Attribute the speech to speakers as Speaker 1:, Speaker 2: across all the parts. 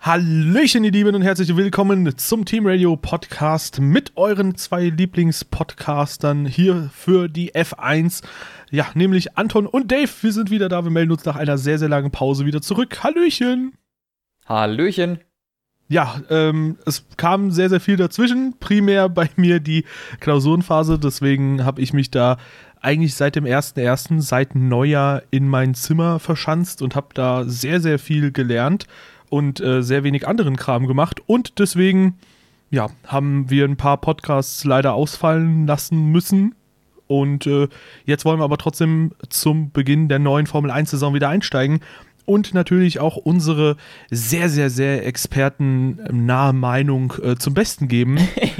Speaker 1: Hallöchen, ihr Lieben, und herzlich willkommen zum Team Radio Podcast mit euren zwei Lieblingspodcastern hier für die F1. Ja, nämlich Anton und Dave. Wir sind wieder da. Wir melden uns nach einer sehr, sehr langen Pause wieder zurück. Hallöchen.
Speaker 2: Hallöchen.
Speaker 1: Ja, es kam sehr, sehr viel dazwischen. Primär bei mir die Klausurenphase. Deswegen habe ich mich da eigentlich seit dem 1.1., seit Neujahr in mein Zimmer verschanzt und habe da sehr, sehr viel gelernt und sehr wenig anderen Kram gemacht. Und deswegen, ja, haben wir ein paar Podcasts leider ausfallen lassen müssen. Und jetzt wollen wir aber trotzdem zum Beginn der neuen Formel-1-Saison wieder einsteigen und natürlich auch unsere sehr, sehr, sehr expertennahe Meinung zum Besten geben.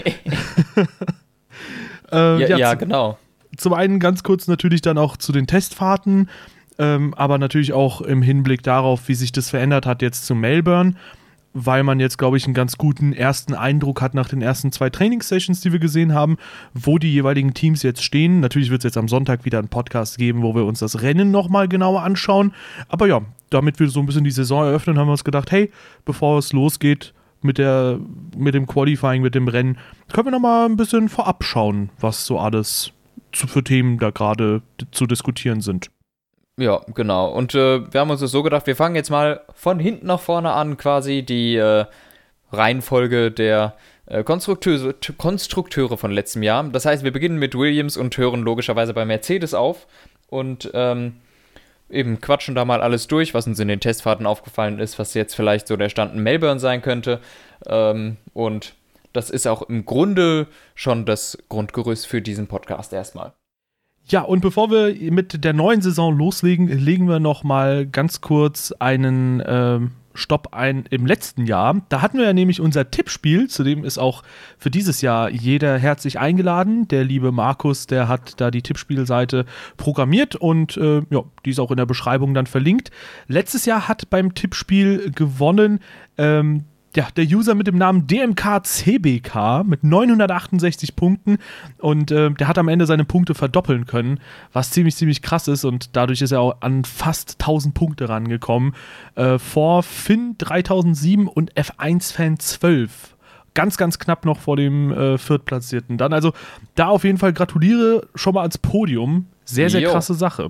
Speaker 2: Ja, genau.
Speaker 1: Zum einen ganz kurz natürlich dann auch zu den Testfahrten, aber natürlich auch im Hinblick darauf, wie sich das verändert hat jetzt zu Melbourne, weil man jetzt, glaube ich, einen ganz guten ersten Eindruck hat nach den ersten 2 Trainingssessions, die wir gesehen haben, wo die jeweiligen Teams jetzt stehen. Natürlich wird es jetzt am Sonntag wieder einen Podcast geben, wo wir uns das Rennen nochmal genauer anschauen. Aber ja, damit wir so ein bisschen die Saison eröffnen, haben wir uns gedacht, hey, bevor es losgeht mit dem Qualifying, mit dem Rennen, können wir nochmal ein bisschen vorab schauen, was so alles für Themen da gerade zu diskutieren sind.
Speaker 2: Ja, genau. Und wir haben uns das so gedacht, wir fangen jetzt mal von hinten nach vorne an, quasi die Reihenfolge der Konstrukteure von letztem Jahr. Das heißt, wir beginnen mit Williams und hören logischerweise bei Mercedes auf und eben quatschen da mal alles durch, was uns in den Testfahrten aufgefallen ist, was jetzt vielleicht so der Stand in Melbourne sein könnte. Und das ist auch im Grunde schon das Grundgerüst für diesen Podcast erstmal.
Speaker 1: Ja, und bevor wir mit der neuen Saison loslegen, legen wir noch mal ganz kurz einen Stopp ein im letzten Jahr. Da hatten wir ja nämlich unser Tippspiel, zu dem ist auch für dieses Jahr jeder herzlich eingeladen. Der liebe Markus, der hat da die Tippspielseite programmiert und ja, die ist auch in der Beschreibung dann verlinkt. Letztes Jahr hat beim Tippspiel gewonnen ja, der User mit dem Namen DMKCBK mit 968 Punkten und der hat am Ende seine Punkte verdoppeln können, was ziemlich, ziemlich krass ist und dadurch ist er auch an fast 1000 Punkte rangekommen. Vor Finn 3007 und F1-Fan 12. Ganz, ganz knapp noch vor dem Viertplatzierten dann. Also da auf jeden Fall gratuliere schon mal ans Podium. Sehr, sehr krasse Sache.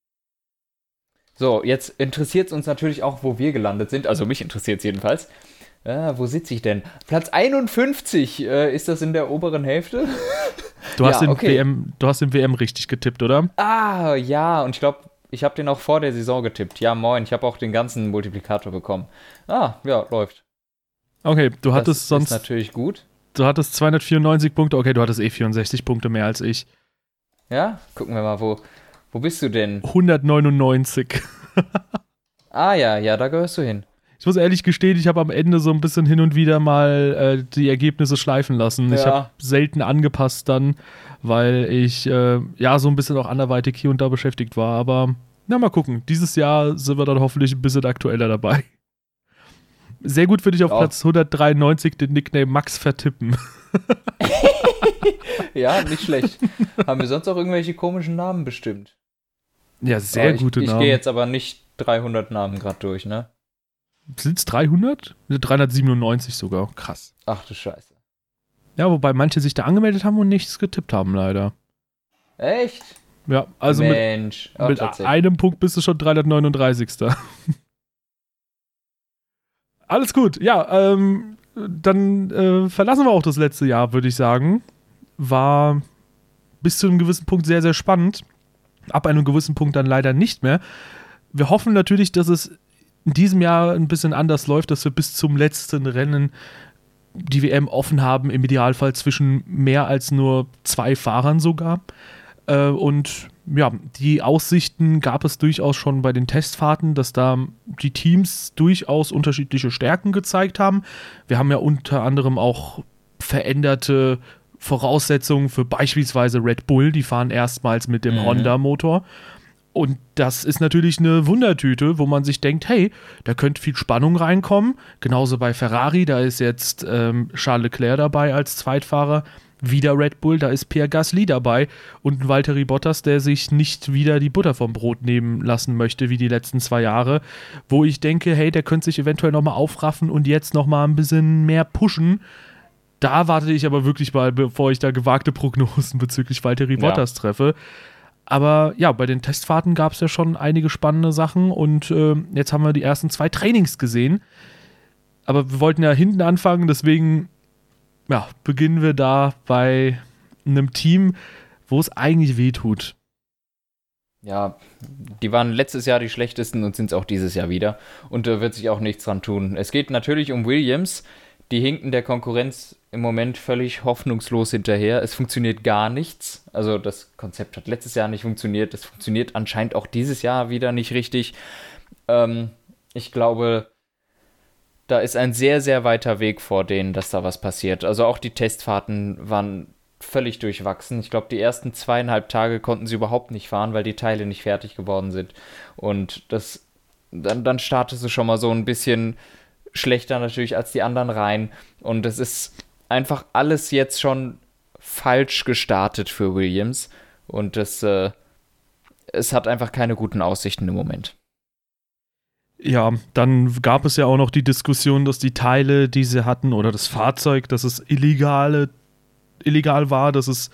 Speaker 2: So, jetzt interessiert es uns natürlich auch, wo wir gelandet sind. Also mich interessiert es jedenfalls. Wo sitze ich denn? Platz 51, ist das in der oberen Hälfte?
Speaker 1: Du hast den WM richtig getippt, oder?
Speaker 2: Ah, ja, und ich glaube, ich habe den auch vor der Saison getippt. Ja, moin, ich habe auch den ganzen Multiplikator bekommen. Ah, ja, läuft.
Speaker 1: Okay, du hattest sonst...
Speaker 2: Das ist natürlich gut.
Speaker 1: Du hattest 294 Punkte, okay, du hattest 64 Punkte mehr als ich.
Speaker 2: Ja, gucken wir mal, wo bist du denn?
Speaker 1: 199.
Speaker 2: Ah ja, da gehörst du hin.
Speaker 1: Ich muss ehrlich gestehen, ich habe am Ende so ein bisschen hin und wieder mal die Ergebnisse schleifen lassen. Ja. Ich habe selten angepasst dann, weil ich ja so ein bisschen auch anderweitig hier und da beschäftigt war. Aber na, mal gucken. Dieses Jahr sind wir dann hoffentlich ein bisschen aktueller dabei. Sehr gut für dich auf Platz 193 den Nickname Max vertippen.
Speaker 2: Ja, nicht schlecht. Haben wir sonst auch irgendwelche komischen Namen bestimmt?
Speaker 1: Ja, sehr gute Namen.
Speaker 2: Ich gehe jetzt aber nicht 300 Namen gerade durch, ne?
Speaker 1: Sind es 300? 397 sogar. Krass.
Speaker 2: Ach du Scheiße.
Speaker 1: Ja, wobei manche sich da angemeldet haben und nichts getippt haben, leider.
Speaker 2: Echt?
Speaker 1: Ja, also
Speaker 2: Mensch.
Speaker 1: mit einem Punkt bist du schon 339. Alles gut. Ja, dann verlassen wir auch das letzte Jahr, würde ich sagen. War bis zu einem gewissen Punkt sehr, sehr spannend. Ab einem gewissen Punkt dann leider nicht mehr. Wir hoffen natürlich, dass es in diesem Jahr ein bisschen anders läuft, dass wir bis zum letzten Rennen die WM offen haben, im Idealfall zwischen mehr als nur 2 Fahrern sogar. Und ja, die Aussichten gab es durchaus schon bei den Testfahrten, dass da die Teams durchaus unterschiedliche Stärken gezeigt haben. Wir haben ja unter anderem auch veränderte Voraussetzungen für beispielsweise Red Bull, die fahren erstmals mit dem Honda-Motor. Und das ist natürlich eine Wundertüte, wo man sich denkt, hey, da könnte viel Spannung reinkommen. Genauso bei Ferrari, da ist jetzt Charles Leclerc dabei als Zweitfahrer. wieder Red Bull, da ist Pierre Gasly dabei und ein Valtteri Bottas, der sich nicht wieder die Butter vom Brot nehmen lassen möchte, wie die letzten 2 Jahre, wo ich denke, hey, der könnte sich eventuell nochmal aufraffen und jetzt nochmal ein bisschen mehr pushen. Da warte ich aber wirklich mal, bevor ich da gewagte Prognosen bezüglich Valtteri Bottas treffe. Aber ja, bei den Testfahrten gab es ja schon einige spannende Sachen und jetzt haben wir die ersten 2 Trainings gesehen. Aber wir wollten ja hinten anfangen, deswegen beginnen wir da bei einem Team, wo es eigentlich wehtut.
Speaker 2: Ja, die waren letztes Jahr die schlechtesten und sind es auch dieses Jahr wieder. Und da wird sich auch nichts dran tun. Es geht natürlich um Williams. Die hinken der Konkurrenz im Moment völlig hoffnungslos hinterher. Es funktioniert gar nichts. Also das Konzept hat letztes Jahr nicht funktioniert. Es funktioniert anscheinend auch dieses Jahr wieder nicht richtig. Ich glaube, da ist ein sehr, sehr weiter Weg vor denen, dass da was passiert. Also auch die Testfahrten waren völlig durchwachsen. Ich glaube, die ersten 2,5 Tage konnten sie überhaupt nicht fahren, weil die Teile nicht fertig geworden sind. Und dann startest du schon mal so ein bisschen schlechter natürlich als die anderen rein. Und es ist einfach alles jetzt schon falsch gestartet für Williams. Und es hat einfach keine guten Aussichten im Moment.
Speaker 1: Ja, dann gab es ja auch noch die Diskussion, dass die Teile, die sie hatten, oder das Fahrzeug, dass es illegal war, dass es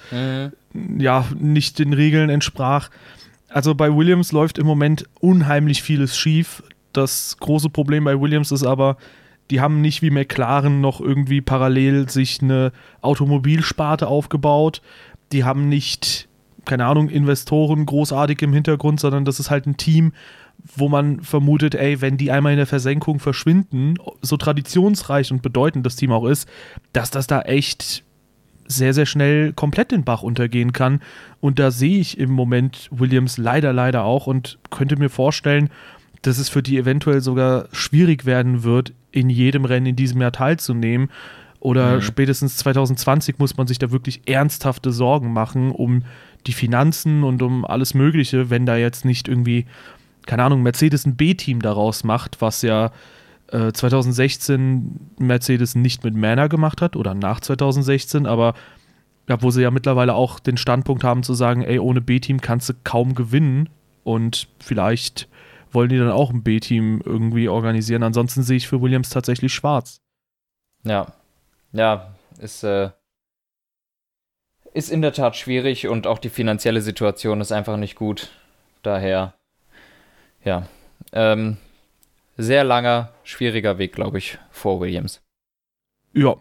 Speaker 1: nicht den Regeln entsprach. Also bei Williams läuft im Moment unheimlich vieles schief. Das große Problem bei Williams ist aber, die haben nicht wie McLaren noch irgendwie parallel sich eine Automobilsparte aufgebaut. Die haben nicht, keine Ahnung, Investoren großartig im Hintergrund, sondern das ist halt ein Team, wo man vermutet, wenn die einmal in der Versenkung verschwinden, so traditionsreich und bedeutend das Team auch ist, dass das da echt sehr, sehr schnell komplett den Bach untergehen kann. Und da sehe ich im Moment Williams leider auch und könnte mir vorstellen, dass es für die eventuell sogar schwierig werden wird, in jedem Rennen in diesem Jahr teilzunehmen. Oder spätestens 2020 muss man sich da wirklich ernsthafte Sorgen machen um die Finanzen und um alles Mögliche, wenn da jetzt nicht irgendwie, keine Ahnung, Mercedes ein B-Team daraus macht, was ja 2016 Mercedes nicht mit Manor gemacht hat oder nach 2016, aber wo sie ja mittlerweile auch den Standpunkt haben zu sagen, ohne B-Team kannst du kaum gewinnen und vielleicht wollen die dann auch ein B-Team irgendwie organisieren. Ansonsten sehe ich für Williams tatsächlich schwarz.
Speaker 2: Ja, ist in der Tat schwierig und auch die finanzielle Situation ist einfach nicht gut. Daher, sehr langer, schwieriger Weg, glaube ich, vor Williams.
Speaker 1: Ja.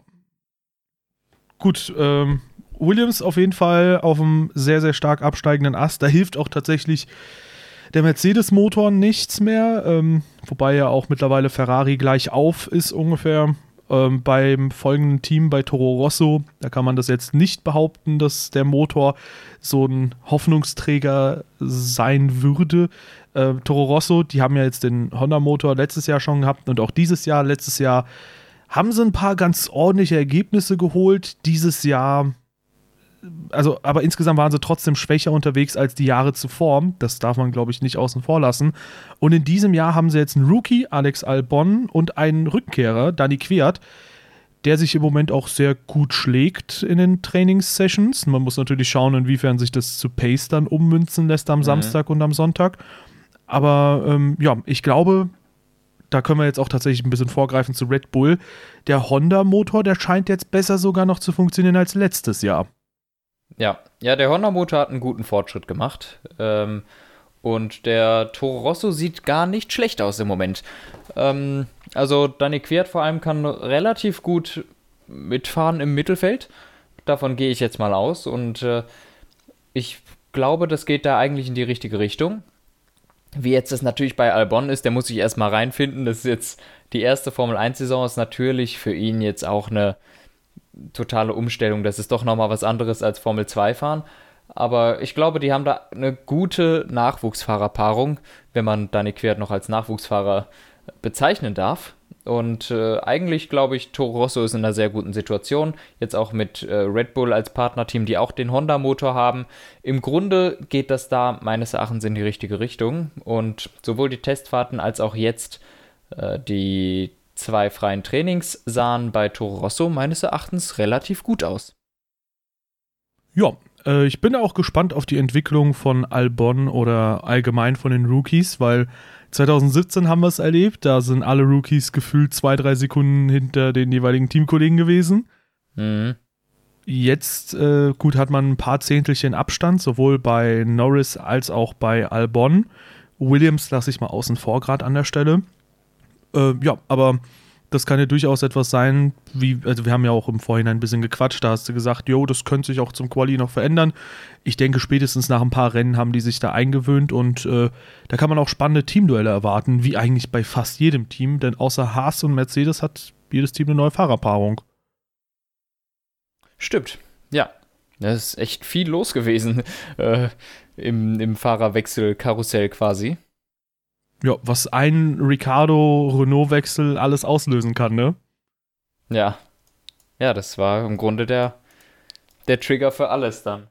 Speaker 1: Gut, Williams auf jeden Fall auf einem sehr, sehr stark absteigenden Ast. Da hilft auch tatsächlich der Mercedes-Motor nichts mehr, wobei ja auch mittlerweile Ferrari gleich auf ist ungefähr. Beim folgenden Team, bei Toro Rosso, da kann man das jetzt nicht behaupten, dass der Motor so ein Hoffnungsträger sein würde. Toro Rosso, die haben ja jetzt den Honda-Motor letztes Jahr schon gehabt und auch letztes Jahr haben sie ein paar ganz ordentliche Ergebnisse geholt. Dieses Jahr, aber insgesamt waren sie trotzdem schwächer unterwegs als die Jahre zuvor. Das darf man, glaube ich, nicht außen vor lassen. Und in diesem Jahr haben sie jetzt einen Rookie, Alex Albon, und einen Rückkehrer, Dani Kvyat, der sich im Moment auch sehr gut schlägt in den Trainingssessions. Man muss natürlich schauen, inwiefern sich das zu Pace dann ummünzen lässt am Samstag und am Sonntag. Aber ich glaube, da können wir jetzt auch tatsächlich ein bisschen vorgreifen zu Red Bull. Der Honda-Motor, der scheint jetzt besser sogar noch zu funktionieren als letztes Jahr. Ja,
Speaker 2: der Honda-Motor hat einen guten Fortschritt gemacht. Und der Toro Rosso sieht gar nicht schlecht aus im Moment. Also Dani Kvyat vor allem kann relativ gut mitfahren im Mittelfeld. Davon gehe ich jetzt mal aus. Und ich glaube, das geht da eigentlich in die richtige Richtung. Wie jetzt das natürlich bei Albon ist, der muss sich erstmal reinfinden. Das ist jetzt die erste Formel-1-Saison, ist natürlich für ihn jetzt auch eine totale Umstellung. Das ist doch nochmal was anderes als Formel 2 fahren. Aber ich glaube, die haben da eine gute Nachwuchsfahrerpaarung, wenn man Dani Kvyat noch als Nachwuchsfahrer bezeichnen darf. Und eigentlich glaube ich, Toro Rosso ist in einer sehr guten Situation. Jetzt auch mit Red Bull als Partnerteam, die auch den Honda-Motor haben. Im Grunde geht das da meines Erachtens in die richtige Richtung. Und sowohl die Testfahrten als auch jetzt die 2 freien Trainings sahen bei Toro Rosso meines Erachtens relativ gut aus.
Speaker 1: Ja, ich bin auch gespannt auf die Entwicklung von Albon oder allgemein von den Rookies, weil 2017 haben wir es erlebt, da sind alle Rookies gefühlt 2-3 Sekunden hinter den jeweiligen Teamkollegen gewesen.
Speaker 2: Mhm.
Speaker 1: Jetzt, gut, hat man ein paar Zehntelchen Abstand, sowohl bei Norris als auch bei Albon. Williams lasse ich mal außen vor gerade an der Stelle. Ja, aber das kann ja durchaus etwas sein, also wir haben ja auch im Vorhinein ein bisschen gequatscht, da hast du gesagt, jo, das könnte sich auch zum Quali noch verändern. Ich denke, spätestens nach ein paar Rennen haben die sich da eingewöhnt und da kann man auch spannende Teamduelle erwarten, wie eigentlich bei fast jedem Team, denn außer Haas und Mercedes hat jedes Team eine neue Fahrerpaarung.
Speaker 2: Stimmt, ja. Das ist echt viel los gewesen im Fahrerwechsel-Karussell quasi.
Speaker 1: Ja, was ein Ricciardo-Renault-Wechsel alles auslösen kann, ne?
Speaker 2: Ja. Ja, das war im Grunde der Trigger für alles dann.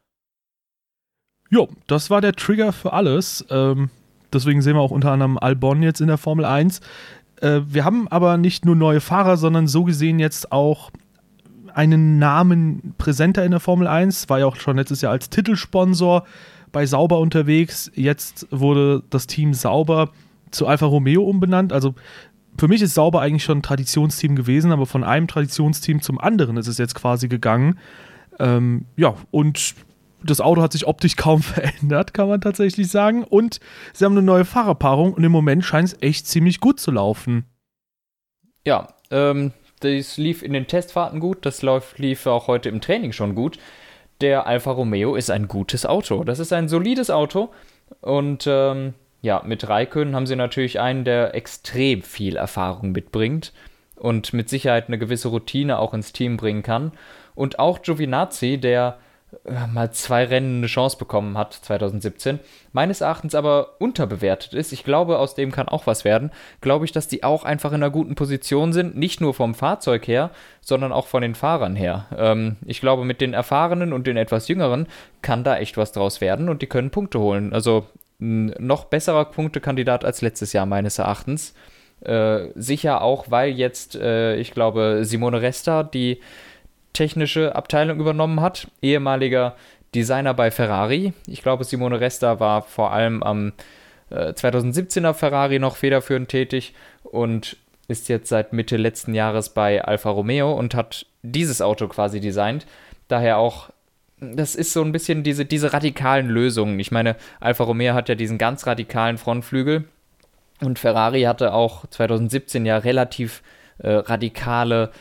Speaker 1: Jo, das war der Trigger für alles. Deswegen sehen wir auch unter anderem Albon jetzt in der Formel 1. Wir haben aber nicht nur neue Fahrer, sondern so gesehen jetzt auch einen Namen präsenter in der Formel 1. War ja auch schon letztes Jahr als Titelsponsor bei Sauber unterwegs. Jetzt wurde das Team Sauber zu Alfa Romeo umbenannt. Also für mich ist Sauber eigentlich schon ein Traditionsteam gewesen, aber von einem Traditionsteam zum anderen ist es jetzt quasi gegangen. Ja, und das Auto hat sich optisch kaum verändert, kann man tatsächlich sagen. Und sie haben eine neue Fahrerpaarung und im Moment scheint es echt ziemlich gut zu laufen.
Speaker 2: Ja, das lief in den Testfahrten gut, das lief auch heute im Training schon gut. Der Alfa Romeo ist ein gutes Auto. Das ist ein solides Auto und ja, mit Räikkönen haben sie natürlich einen, der extrem viel Erfahrung mitbringt und mit Sicherheit eine gewisse Routine auch ins Team bringen kann. Und auch Giovinazzi, der mal 2 Rennen eine Chance bekommen hat, 2017, meines Erachtens aber unterbewertet ist. Ich glaube, aus dem kann auch was werden. Glaube ich, dass die auch einfach in einer guten Position sind, nicht nur vom Fahrzeug her, sondern auch von den Fahrern her. Ich glaube, mit den Erfahrenen und den etwas Jüngeren kann da echt was draus werden und die können Punkte holen. Also ein noch besserer Punktekandidat als letztes Jahr meines Erachtens. Sicher auch, weil jetzt, ich glaube, Simone Resta die technische Abteilung übernommen hat, ehemaliger Designer bei Ferrari. Ich glaube, Simone Resta war vor allem am 2017er Ferrari noch federführend tätig und ist jetzt seit Mitte letzten Jahres bei Alfa Romeo und hat dieses Auto quasi designt. Daher auch, das ist so ein bisschen diese radikalen Lösungen. Ich meine, Alfa Romeo hat ja diesen ganz radikalen Frontflügel und Ferrari hatte auch 2017 ja relativ radikale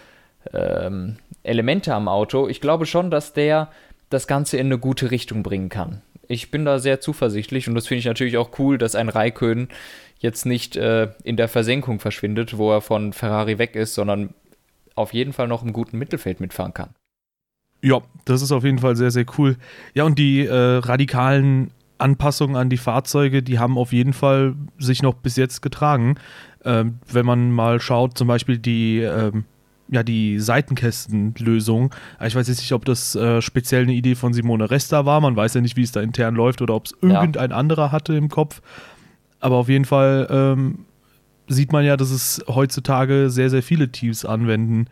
Speaker 2: Elemente am Auto. Ich glaube schon, dass der das Ganze in eine gute Richtung bringen kann. Ich bin da sehr zuversichtlich und das finde ich natürlich auch cool, dass ein Räikkönen jetzt nicht in der Versenkung verschwindet, wo er von Ferrari weg ist, sondern auf jeden Fall noch im guten Mittelfeld mitfahren kann.
Speaker 1: Ja, das ist auf jeden Fall sehr, sehr cool. Ja, und die radikalen Anpassungen an die Fahrzeuge, die haben auf jeden Fall sich noch bis jetzt getragen. Wenn man mal schaut, zum Beispiel die Seitenkästenlösung. Ich weiß jetzt nicht, ob das speziell eine Idee von Simone Resta war. Man weiß ja nicht, wie es da intern läuft oder ob es irgendein anderer hatte im Kopf. Aber auf jeden Fall sieht man ja, dass es heutzutage sehr, sehr viele Teams anwenden.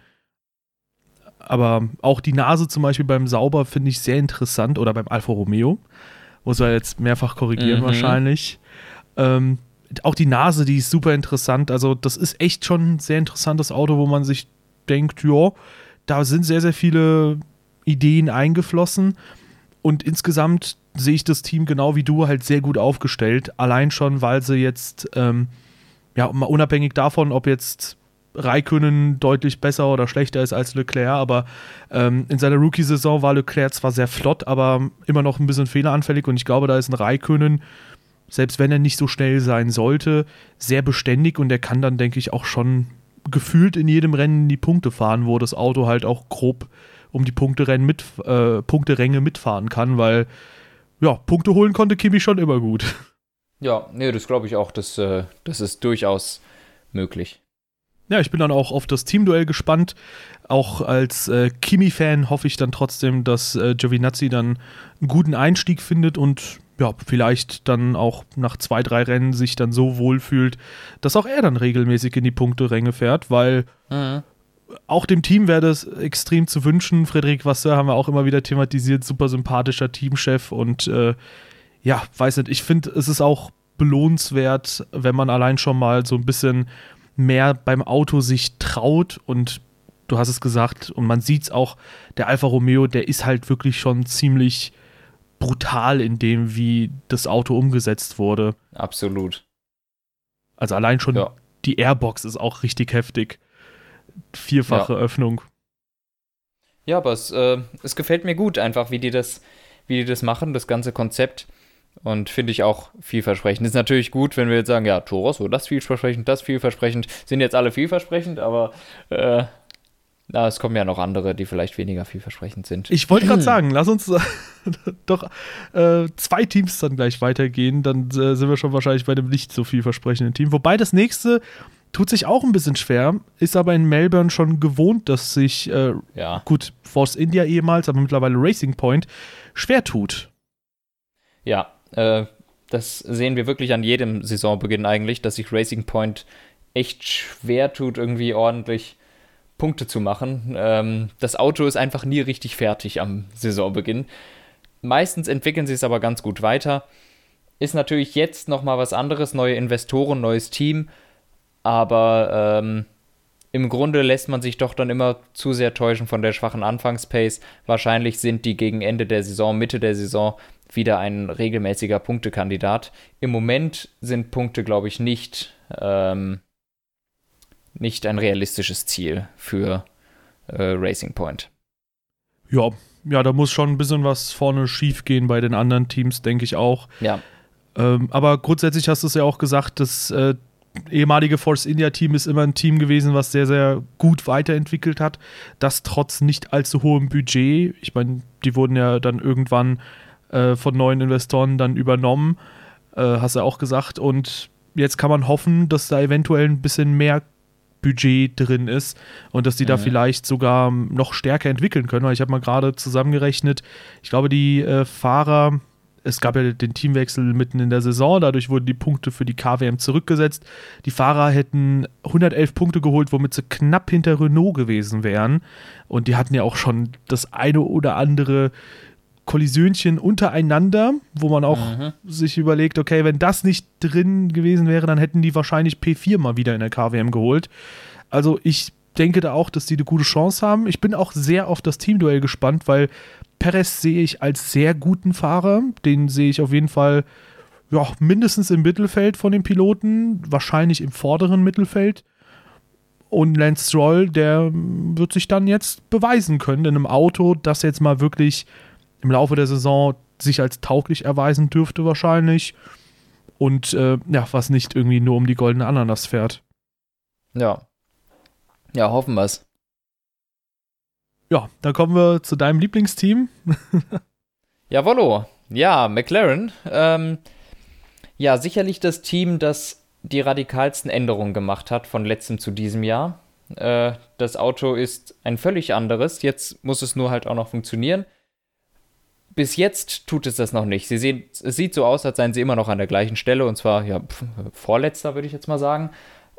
Speaker 1: Aber auch die Nase zum Beispiel beim Sauber finde ich sehr interessant oder beim Alfa Romeo. Muss man jetzt mehrfach korrigieren wahrscheinlich. Auch die Nase, die ist super interessant. Also das ist echt schon ein sehr interessantes Auto, wo man sich denkt, ja, da sind sehr, sehr viele Ideen eingeflossen und insgesamt sehe ich das Team genau wie du halt sehr gut aufgestellt. Allein schon, weil sie jetzt, mal unabhängig davon, ob jetzt Räikkönen deutlich besser oder schlechter ist als Leclerc, aber in seiner Rookie-Saison war Leclerc zwar sehr flott, aber immer noch ein bisschen fehleranfällig und ich glaube, da ist ein Räikkönen, selbst wenn er nicht so schnell sein sollte, sehr beständig und der kann dann, denke ich, auch schon gefühlt in jedem Rennen die Punkte fahren, wo das Auto halt auch grob um die Punkteränge mitfahren kann, weil Punkte holen konnte Kimi schon immer gut.
Speaker 2: Ja, nee, das glaube ich auch, das ist durchaus möglich.
Speaker 1: Ja, ich bin dann auch auf das Teamduell gespannt. Auch als Kimi-Fan hoffe ich dann trotzdem, dass Giovinazzi dann einen guten Einstieg findet und vielleicht dann auch nach 2-3 Rennen sich dann so wohlfühlt, dass auch er dann regelmäßig in die Punkteränge fährt, weil auch dem Team wäre das extrem zu wünschen. Frédéric Vasseur haben wir auch immer wieder thematisiert, super sympathischer Teamchef und weiß nicht, ich finde, es ist auch belohnenswert, wenn man allein schon mal so ein bisschen mehr beim Auto sich traut und du hast es gesagt und man sieht es auch, der Alfa Romeo, der ist halt wirklich schon ziemlich brutal in dem, wie das Auto umgesetzt wurde.
Speaker 2: Absolut.
Speaker 1: Also allein schon die Airbox ist auch richtig heftig. 4-fache Öffnung.
Speaker 2: Ja, aber es gefällt mir gut einfach, wie die das machen, das ganze Konzept. Und finde ich auch vielversprechend. Ist natürlich gut, wenn wir jetzt sagen, ja, Toro Rosso, das vielversprechend, sind jetzt alle vielversprechend, aber es kommen ja noch andere, die vielleicht weniger vielversprechend sind.
Speaker 1: Ich wollte gerade sagen, lass uns doch 2 Teams dann gleich weitergehen, dann sind wir schon wahrscheinlich bei dem nicht so vielversprechenden Team. Wobei das nächste tut sich auch ein bisschen schwer, ist aber in Melbourne schon gewohnt, dass sich, gut, Force India ehemals, aber mittlerweile Racing Point, schwer tut.
Speaker 2: Ja, das sehen wir wirklich an jedem Saisonbeginn eigentlich, dass sich Racing Point echt schwer tut, irgendwie ordentlich Punkte zu machen. Das Auto ist einfach nie richtig fertig am Saisonbeginn. Meistens entwickeln sie es aber ganz gut weiter. Ist natürlich jetzt nochmal was anderes, neue Investoren, neues Team, aber im Grunde lässt man sich doch dann immer zu sehr täuschen von der schwachen Anfangspace. Wahrscheinlich sind die gegen Ende der Saison, Mitte der Saison wieder ein regelmäßiger Punktekandidat. Im Moment sind Punkte, glaube ich, nicht ein realistisches Ziel für Racing Point.
Speaker 1: Ja, da muss schon ein bisschen was vorne schief gehen bei den anderen Teams, denke ich auch.
Speaker 2: Ja.
Speaker 1: Aber grundsätzlich hast du es ja auch gesagt, das ehemalige Force India Team ist immer ein Team gewesen, was sehr, sehr gut weiterentwickelt hat. Das trotz nicht allzu hohem Budget. Ich meine, die wurden ja dann irgendwann von neuen Investoren dann übernommen, hast du auch gesagt. Und jetzt kann man hoffen, dass da eventuell ein bisschen mehr Budget drin ist und dass die da vielleicht sogar noch stärker entwickeln können. Weil ich habe mal gerade zusammengerechnet, ich glaube, die Fahrer, es gab ja den Teamwechsel mitten in der Saison, dadurch wurden die Punkte für die KWM zurückgesetzt. Die Fahrer hätten 111 Punkte geholt, womit sie knapp hinter Renault gewesen wären. Und die hatten ja auch schon das eine oder andere Kollisionchen untereinander, wo man auch sich überlegt, okay, wenn das nicht drin gewesen wäre, dann hätten die wahrscheinlich P4 mal wieder in der KWM geholt. Also ich denke da auch, dass die eine gute Chance haben. Ich bin auch sehr auf das Teamduell gespannt, weil Perez sehe ich als sehr guten Fahrer. Den sehe ich auf jeden Fall mindestens im Mittelfeld von den Piloten, wahrscheinlich im vorderen Mittelfeld. Und Lance Stroll, der wird sich dann jetzt beweisen können in einem Auto, das jetzt mal wirklich im Laufe der Saison sich als tauglich erweisen dürfte wahrscheinlich und was nicht irgendwie nur um die goldene Ananas fährt.
Speaker 2: Ja, hoffen wir es.
Speaker 1: Ja, dann kommen wir zu deinem Lieblingsteam.
Speaker 2: Jawollo, ja, McLaren. Sicherlich das Team, das die radikalsten Änderungen gemacht hat von letztem zu diesem Jahr. Das Auto ist ein völlig anderes, jetzt muss es nur halt auch noch funktionieren. Bis jetzt tut es das noch nicht. Es sieht so aus, als seien sie immer noch an der gleichen Stelle, und zwar vorletzter, würde ich jetzt mal sagen.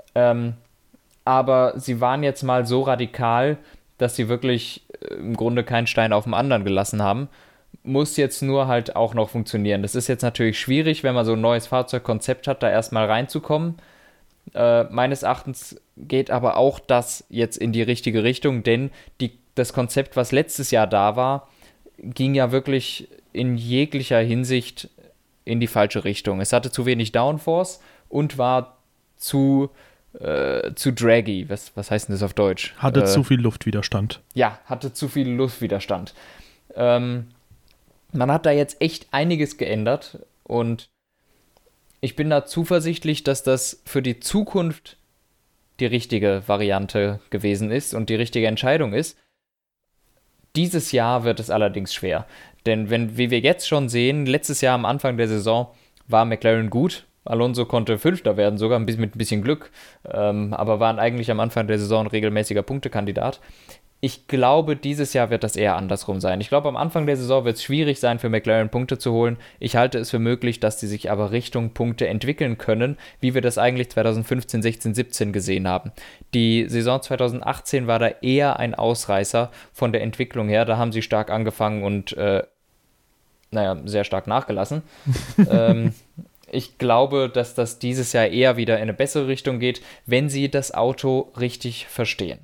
Speaker 2: Aber sie waren jetzt mal so radikal, dass sie wirklich im Grunde keinen Stein auf dem anderen gelassen haben. Muss jetzt nur halt auch noch funktionieren. Das ist jetzt natürlich schwierig, wenn man so ein neues Fahrzeugkonzept hat, da erstmal reinzukommen. Meines Erachtens geht aber auch das jetzt in die richtige Richtung, denn das Konzept, was letztes Jahr da war, ging ja wirklich in jeglicher Hinsicht in die falsche Richtung. Es hatte zu wenig Downforce und war zu draggy. Was heißt denn das auf Deutsch?
Speaker 1: Hatte zu viel Luftwiderstand.
Speaker 2: Ja, hatte zu viel Luftwiderstand. Man hat da jetzt echt einiges geändert und ich bin da zuversichtlich, dass das für die Zukunft die richtige Variante gewesen ist und die richtige Entscheidung ist. Dieses Jahr wird es allerdings schwer, denn wie wir jetzt schon sehen, letztes Jahr am Anfang der Saison war McLaren gut. Alonso konnte Fünfter werden, sogar mit ein bisschen Glück, aber waren eigentlich am Anfang der Saison ein regelmäßiger Punktekandidat. Ich glaube, dieses Jahr wird das eher andersrum sein. Ich glaube, am Anfang der Saison wird es schwierig sein, für McLaren Punkte zu holen. Ich halte es für möglich, dass die sich aber Richtung Punkte entwickeln können, wie wir das eigentlich 2015, 16, 17 gesehen haben. Die Saison 2018 war da eher ein Ausreißer von der Entwicklung her. Da haben sie stark angefangen und, sehr stark nachgelassen. Ich glaube, dass das dieses Jahr eher wieder in eine bessere Richtung geht, wenn sie das Auto richtig verstehen.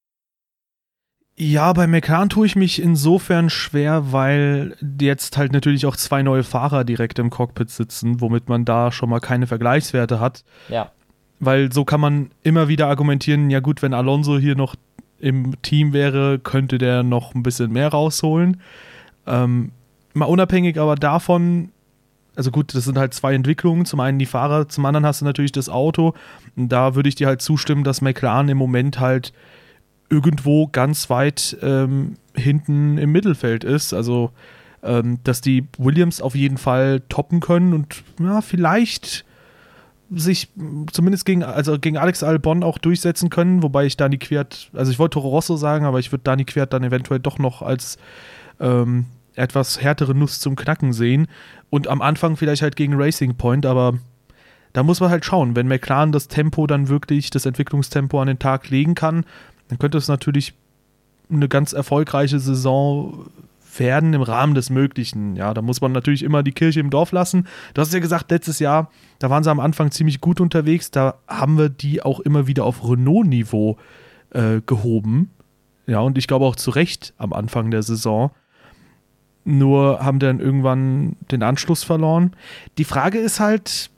Speaker 1: Ja, bei McLaren tue ich mich insofern schwer, weil jetzt halt natürlich auch 2 neue Fahrer direkt im Cockpit sitzen, womit man da schon mal keine Vergleichswerte hat.
Speaker 2: Ja.
Speaker 1: Weil so kann man immer wieder argumentieren, ja gut, wenn Alonso hier noch im Team wäre, könnte der noch ein bisschen mehr rausholen. Mal unabhängig aber davon, also gut, das sind halt 2 Entwicklungen. Zum einen die Fahrer, zum anderen hast du natürlich das Auto. Und da würde ich dir halt zustimmen, dass McLaren im Moment halt irgendwo ganz weit hinten im Mittelfeld ist. Also, dass die Williams auf jeden Fall toppen können und ja, vielleicht sich zumindest gegen Alex Albon auch durchsetzen können, wobei ich Dani Kvyat, also ich wollte Toro Rosso sagen, aber ich würde Dani Kvyat dann eventuell doch noch als etwas härtere Nuss zum Knacken sehen und am Anfang vielleicht halt gegen Racing Point, aber da muss man halt schauen, wenn McLaren das Tempo dann wirklich, das Entwicklungstempo an den Tag legen kann, dann könnte es natürlich eine ganz erfolgreiche Saison werden im Rahmen des Möglichen. Ja, da muss man natürlich immer die Kirche im Dorf lassen. Du hast ja gesagt, letztes Jahr, da waren sie am Anfang ziemlich gut unterwegs. Da haben wir die auch immer wieder auf Renault-Niveau gehoben. Ja, und ich glaube auch zu Recht am Anfang der Saison. Nur haben dann irgendwann den Anschluss verloren. Die Frage ist halt,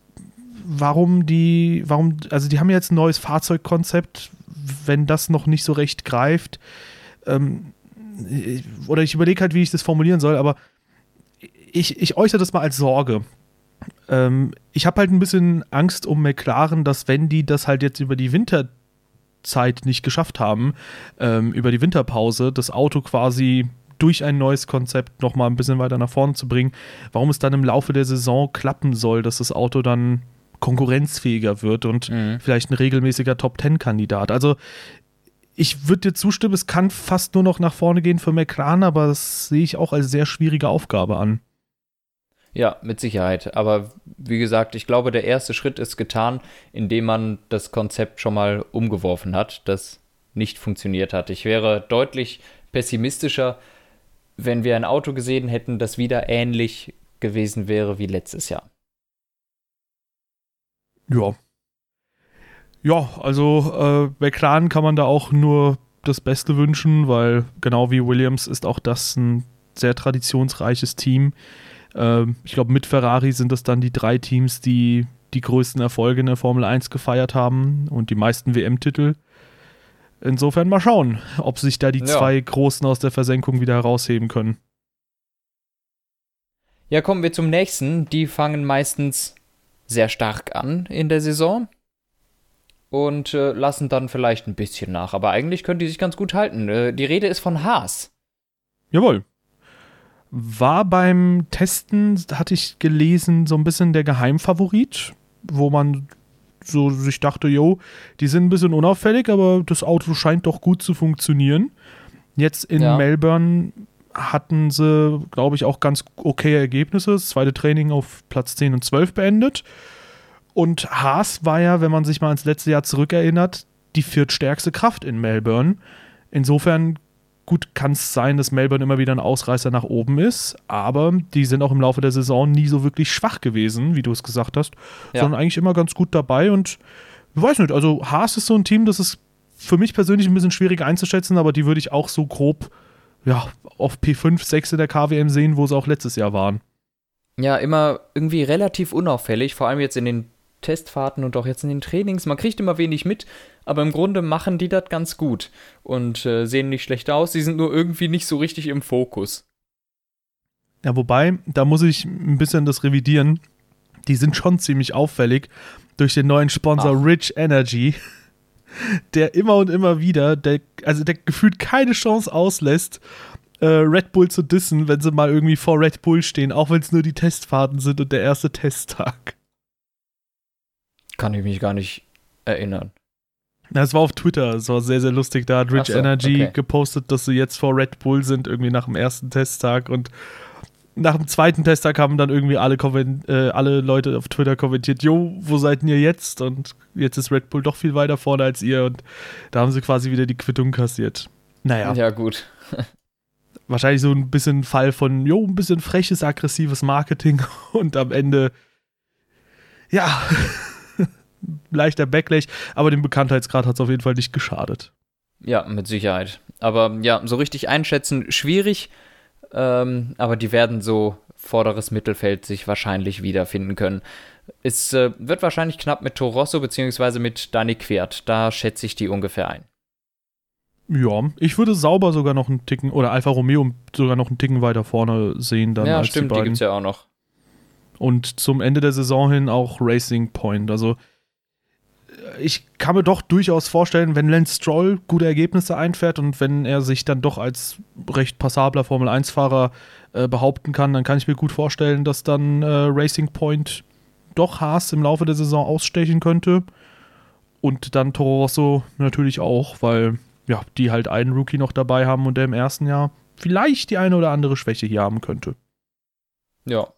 Speaker 1: also die haben jetzt ein neues Fahrzeugkonzept, wenn das noch nicht so recht greift, oder ich überlege halt, wie ich das formulieren soll, aber ich äußere das mal als Sorge. Ich habe halt ein bisschen Angst um McLaren, dass wenn die das halt jetzt über die Winterzeit nicht geschafft haben, über die Winterpause, das Auto quasi durch ein neues Konzept nochmal ein bisschen weiter nach vorne zu bringen, warum es dann im Laufe der Saison klappen soll, dass das Auto dann konkurrenzfähiger wird und vielleicht ein regelmäßiger Top-10-Kandidat. Also ich würde dir zustimmen, es kann fast nur noch nach vorne gehen für McLaren, aber das sehe ich auch als sehr schwierige Aufgabe an.
Speaker 2: Ja, mit Sicherheit. Aber wie gesagt, ich glaube, der erste Schritt ist getan, indem man das Konzept schon mal umgeworfen hat, das nicht funktioniert hat. Ich wäre deutlich pessimistischer, wenn wir ein Auto gesehen hätten, das wieder ähnlich gewesen wäre wie letztes Jahr.
Speaker 1: Ja. Ja, also McLaren kann man da auch nur das Beste wünschen, weil genau wie Williams ist auch das ein sehr traditionsreiches Team. Ich glaube, mit Ferrari sind das dann die 3 Teams, die die größten Erfolge in der Formel 1 gefeiert haben und die meisten WM-Titel. Insofern mal schauen, ob sich da die 2 Großen aus der Versenkung wieder herausheben können.
Speaker 2: Ja, kommen wir zum nächsten. Die fangen meistens sehr stark an in der Saison und lassen dann vielleicht ein bisschen nach. Aber eigentlich können die sich ganz gut halten. Die Rede ist von Haas.
Speaker 1: Jawohl. War beim Testen, hatte ich gelesen, so ein bisschen der Geheimfavorit, wo man so sich dachte, jo, die sind ein bisschen unauffällig, aber das Auto scheint doch gut zu funktionieren. Jetzt in Melbourne hatten sie, glaube ich, auch ganz okay Ergebnisse. Das zweite Training auf Platz 10 und 12 beendet. Und Haas war ja, wenn man sich mal ans letzte Jahr zurückerinnert, die 4. Kraft in Melbourne. Insofern, gut, kann es sein, dass Melbourne immer wieder ein Ausreißer nach oben ist, aber die sind auch im Laufe der Saison nie so wirklich schwach gewesen, wie du es gesagt hast, sondern eigentlich immer ganz gut dabei und ich weiß nicht, also Haas ist so ein Team, das ist für mich persönlich ein bisschen schwierig einzuschätzen, aber die würde ich auch so grob auf P5, 6 in der KWM sehen, wo sie auch letztes Jahr waren.
Speaker 2: Ja, immer irgendwie relativ unauffällig, vor allem jetzt in den Testfahrten und auch jetzt in den Trainings. Man kriegt immer wenig mit, aber im Grunde machen die das ganz gut und sehen nicht schlecht aus. Sie sind nur irgendwie nicht so richtig im Fokus.
Speaker 1: Ja, wobei, da muss ich ein bisschen das revidieren. Die sind schon ziemlich auffällig durch den neuen Sponsor Rich Energy, der immer und immer wieder, der gefühlt keine Chance auslässt, Red Bull zu dissen, wenn sie mal irgendwie vor Red Bull stehen, auch wenn es nur die Testfahrten sind und der erste Testtag.
Speaker 2: Kann ich mich gar nicht erinnern.
Speaker 1: Das war auf Twitter, das war sehr, sehr lustig. Da hat Rich Energy gepostet, dass sie jetzt vor Red Bull sind, irgendwie nach dem ersten Testtag. Und nach dem zweiten Testtag haben dann irgendwie alle Leute auf Twitter kommentiert, jo, wo seid ihr jetzt? Und jetzt ist Red Bull doch viel weiter vorne als ihr. Und da haben sie quasi wieder die Quittung kassiert. Naja.
Speaker 2: Ja, gut.
Speaker 1: Wahrscheinlich so ein bisschen Fall von, jo, ein bisschen freches, aggressives Marketing. Und am Ende, ja, leichter Backlash. Aber dem Bekanntheitsgrad hat es auf jeden Fall nicht geschadet.
Speaker 2: Ja, mit Sicherheit. Aber ja, so richtig einschätzen, schwierig. Aber die werden so vorderes Mittelfeld sich wahrscheinlich wiederfinden können. Es wird wahrscheinlich knapp mit Toro Rosso beziehungsweise mit Dani Quert. Da schätze ich die ungefähr ein.
Speaker 1: Ja, ich würde Sauber sogar noch einen Ticken, oder Alfa Romeo sogar noch einen Ticken weiter vorne sehen. Dann
Speaker 2: ja,
Speaker 1: als
Speaker 2: stimmt, die gibt's ja auch noch.
Speaker 1: Und zum Ende der Saison hin auch Racing Point. Also ich kann mir doch durchaus vorstellen, wenn Lance Stroll gute Ergebnisse einfährt und wenn er sich dann doch als recht passabler Formel-1-Fahrer behaupten kann, dann kann ich mir gut vorstellen, dass dann Racing Point doch Haas im Laufe der Saison ausstechen könnte. Und dann Toro Rosso natürlich auch, weil ja, die halt einen Rookie noch dabei haben und der im ersten Jahr vielleicht die eine oder andere Schwäche hier haben könnte.
Speaker 2: Ja.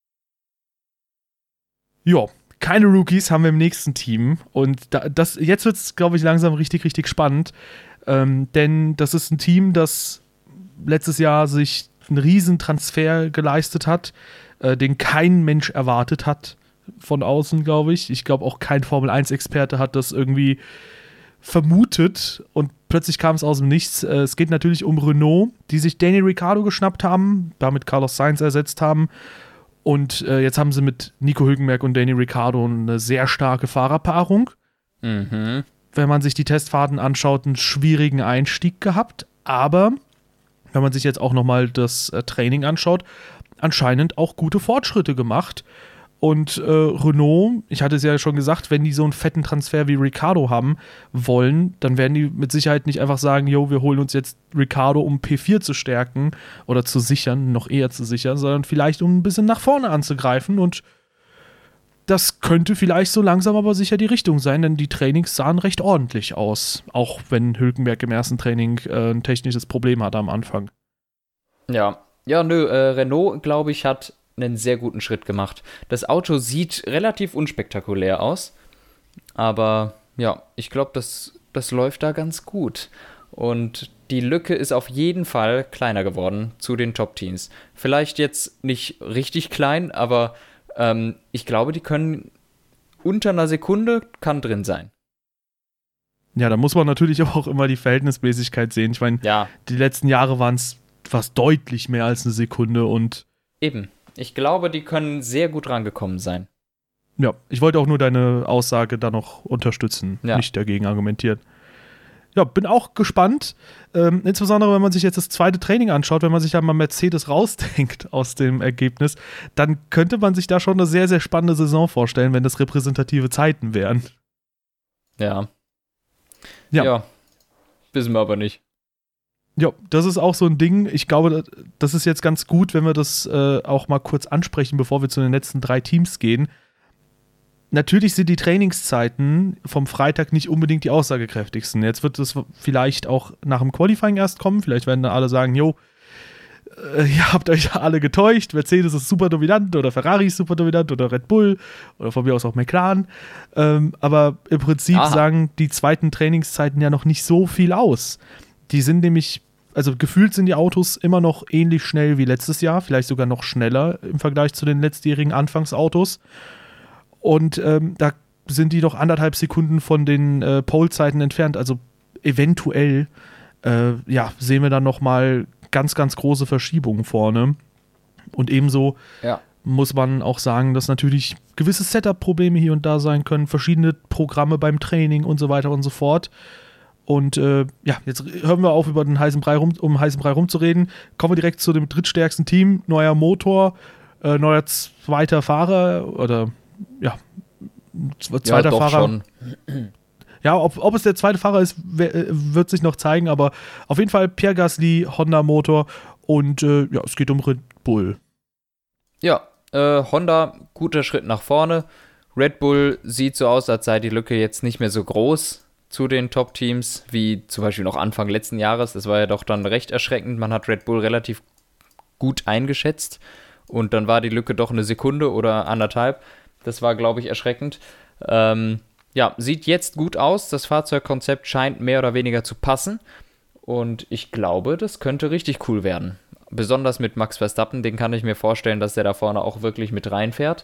Speaker 1: Ja, keine Rookies haben wir im nächsten Team. Und jetzt wird es, glaube ich, langsam richtig, richtig spannend. Denn das ist ein Team, das letztes Jahr sich einen riesen Transfer geleistet hat, den kein Mensch erwartet hat von außen, glaube ich. Ich glaube, auch kein Formel-1-Experte hat das irgendwie vermutet und plötzlich kam es aus dem Nichts. Es geht natürlich um Renault, die sich Daniel Ricciardo geschnappt haben, damit Carlos Sainz ersetzt haben. Und jetzt haben sie mit Nico Hülkenberg und Daniel Ricciardo eine sehr starke Fahrerpaarung.
Speaker 2: Mhm.
Speaker 1: Wenn man sich die Testfahrten anschaut, einen schwierigen Einstieg gehabt. Aber wenn man sich jetzt auch nochmal das Training anschaut, anscheinend auch gute Fortschritte gemacht. Und Renault, ich hatte es ja schon gesagt, wenn die so einen fetten Transfer wie Ricciardo haben wollen, dann werden die mit Sicherheit nicht einfach sagen, jo, wir holen uns jetzt Ricciardo, um P4 zu stärken oder zu sichern, noch eher zu sichern, sondern vielleicht um ein bisschen nach vorne anzugreifen. Und das könnte vielleicht so langsam aber sicher die Richtung sein, denn die Trainings sahen recht ordentlich aus, auch wenn Hülkenberg im ersten Training ein technisches Problem hatte am Anfang.
Speaker 2: Ja, Renault, glaube ich, hat einen sehr guten Schritt gemacht. Das Auto sieht relativ unspektakulär aus, aber ja, ich glaube, das läuft da ganz gut. Und die Lücke ist auf jeden Fall kleiner geworden zu den Top-Teams. Vielleicht jetzt nicht richtig klein, aber ich glaube, die können unter einer Sekunde kann drin sein.
Speaker 1: Ja, da muss man natürlich auch immer die Verhältnismäßigkeit sehen. Ich meine, Die letzten Jahre waren es fast deutlich mehr als eine Sekunde und
Speaker 2: eben. Ich glaube, die können sehr gut rangekommen sein.
Speaker 1: Ja, ich wollte auch nur deine Aussage da noch unterstützen, nicht dagegen argumentieren. Ja, bin auch gespannt, insbesondere wenn man sich jetzt das zweite Training anschaut, wenn man sich ja mal Mercedes rausdenkt aus dem Ergebnis, dann könnte man sich da schon eine sehr, sehr spannende Saison vorstellen, wenn das repräsentative Zeiten wären.
Speaker 2: Ja.
Speaker 1: Ja.
Speaker 2: Wissen wir aber nicht.
Speaker 1: Ja, das ist auch so ein Ding. Ich glaube, das ist jetzt ganz gut, wenn wir das auch mal kurz ansprechen, bevor wir zu den letzten 3 Teams gehen. Natürlich sind die Trainingszeiten vom Freitag nicht unbedingt die aussagekräftigsten. Jetzt wird es vielleicht auch nach dem Qualifying erst kommen. Vielleicht werden da alle sagen, jo, ihr habt euch alle getäuscht. Mercedes ist super dominant oder Ferrari ist super dominant oder Red Bull oder von mir aus auch McLaren. Aber im Prinzip sagen die zweiten Trainingszeiten ja noch nicht so viel aus. Die sind nämlich, also gefühlt sind die Autos immer noch ähnlich schnell wie letztes Jahr, vielleicht sogar noch schneller im Vergleich zu den letztjährigen Anfangsautos. Und da sind die noch 1,5 Sekunden von den Pole-Zeiten entfernt. Also eventuell sehen wir dann nochmal ganz, ganz große Verschiebungen vorne. Und ebenso muss man auch sagen, dass natürlich gewisse Setup-Probleme hier und da sein können, verschiedene Programme beim Training und so weiter und so fort. Und jetzt hören wir auf, über den heißen Brei rumzureden. Kommen wir direkt zu dem drittstärksten Team. Neuer Motor, neuer zweiter Fahrer oder zweiter Fahrer. Schon. Ja, ob es der zweite Fahrer ist, wird sich noch zeigen, aber auf jeden Fall Pierre Gasly, Honda Motor und es geht um Red Bull.
Speaker 2: Ja, Honda, guter Schritt nach vorne. Red Bull sieht so aus, als sei die Lücke jetzt nicht mehr so groß. zu den Top-Teams, wie zum Beispiel noch Anfang letzten Jahres. Das war ja doch dann recht erschreckend. Man hat Red Bull relativ gut eingeschätzt und dann war die Lücke doch eine Sekunde oder anderthalb. Das war, glaube ich, erschreckend. Sieht jetzt gut aus. Das Fahrzeugkonzept scheint mehr oder weniger zu passen und ich glaube, das könnte richtig cool werden. Besonders mit Max Verstappen, den kann ich mir vorstellen, dass der da vorne auch wirklich mit reinfährt.